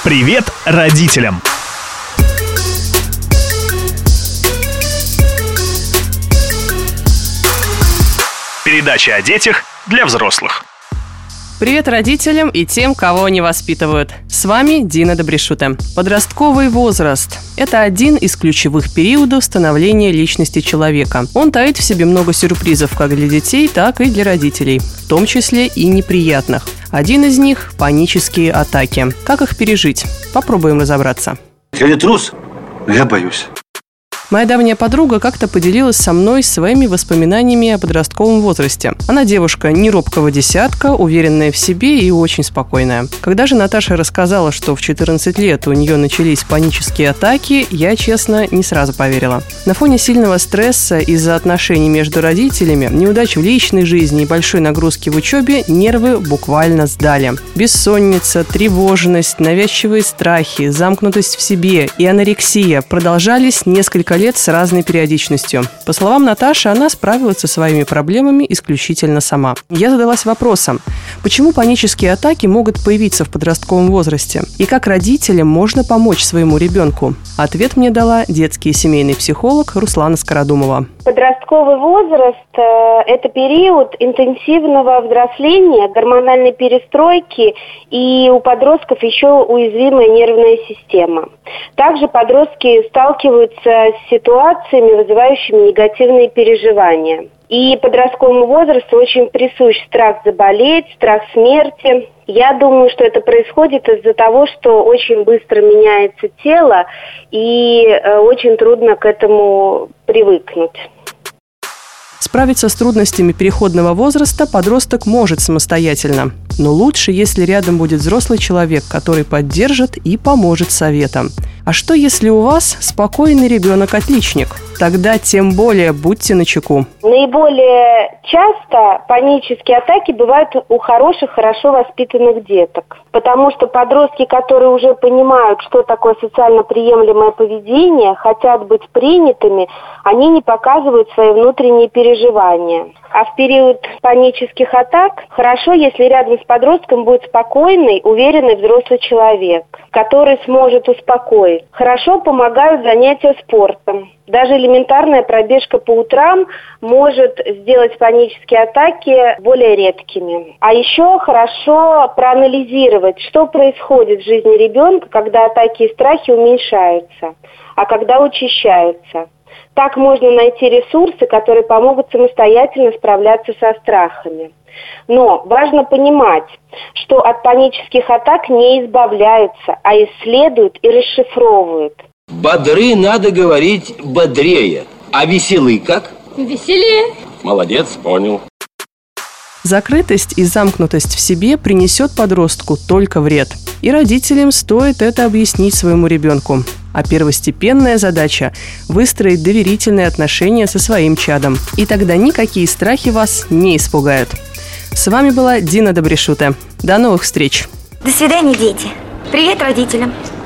Привет родителям! Передача о детях для взрослых. Привет родителям и тем, кого они воспитывают. С вами Дина Добрешута. Подростковый возраст – это один из ключевых периодов становления личности человека. Он таит в себе много сюрпризов как для детей, так и для родителей, в том числе и неприятных. Один из них – панические атаки. Как их пережить? Попробуем разобраться. Я не трус, но я боюсь. Моя давняя подруга как-то поделилась со мной своими воспоминаниями о подростковом возрасте. Она девушка не робкого десятка, уверенная в себе и очень спокойная. Когда же Наташа рассказала, что в 14 лет у нее начались панические атаки, я, честно, не сразу поверила. На фоне сильного стресса из-за отношений между родителями, неудач в личной жизни и большой нагрузки в учебе нервы буквально сдали. Бессонница, тревожность, навязчивые страхи, замкнутость в себе и анорексия продолжались несколько лет с разной периодичностью. По словам Наташи, она справилась со своими проблемами исключительно сама. Я задалась вопросом, почему панические атаки могут появиться в подростковом возрасте? И как родителям можно помочь своему ребенку? Ответ мне дала детский и семейный психолог Руслана Скородумова. Подростковый возраст – это период интенсивного взросления, гормональной перестройки, и у подростков еще уязвимая нервная система. Также подростки сталкиваются с ситуациями, вызывающими негативные переживания. И подростковому возрасту очень присущ страх заболеть, страх смерти. Я думаю, что это происходит из-за того, что очень быстро меняется тело, и очень трудно к этому привыкнуть. Справиться с трудностями переходного возраста подросток может самостоятельно. Но лучше, если рядом будет взрослый человек, который поддержит и поможет советом. А что, если у вас спокойный ребенок-отличник? Тогда тем более будьте начеку. Наиболее часто панические атаки бывают у хороших, хорошо воспитанных деток. Потому что подростки, которые уже понимают, что такое социально приемлемое поведение, хотят быть принятыми, они не показывают свои внутренние переживания. А в период панических атак хорошо, если рядом с подростком будет спокойный, уверенный взрослый человек, который сможет успокоить. Хорошо помогают занятия спортом. Даже элементарная пробежка по утрам может сделать панические атаки более редкими. А еще хорошо проанализировать, что происходит в жизни ребенка, когда атаки и страхи уменьшаются, а когда учащаются. Так можно найти ресурсы, которые помогут самостоятельно справляться со страхами. Но важно понимать, что от панических атак не избавляются, а исследуют и расшифровывают. Бодры надо говорить бодрее. А веселы как? Веселее. Молодец, понял. Закрытость и замкнутость в себе принесет подростку только вред. И родителям стоит это объяснить своему ребенку. А первостепенная задача – выстроить доверительные отношения со своим чадом. И тогда никакие страхи вас не испугают. С вами была Дина Добрешута. До новых встреч! До свидания, дети. Привет родителям.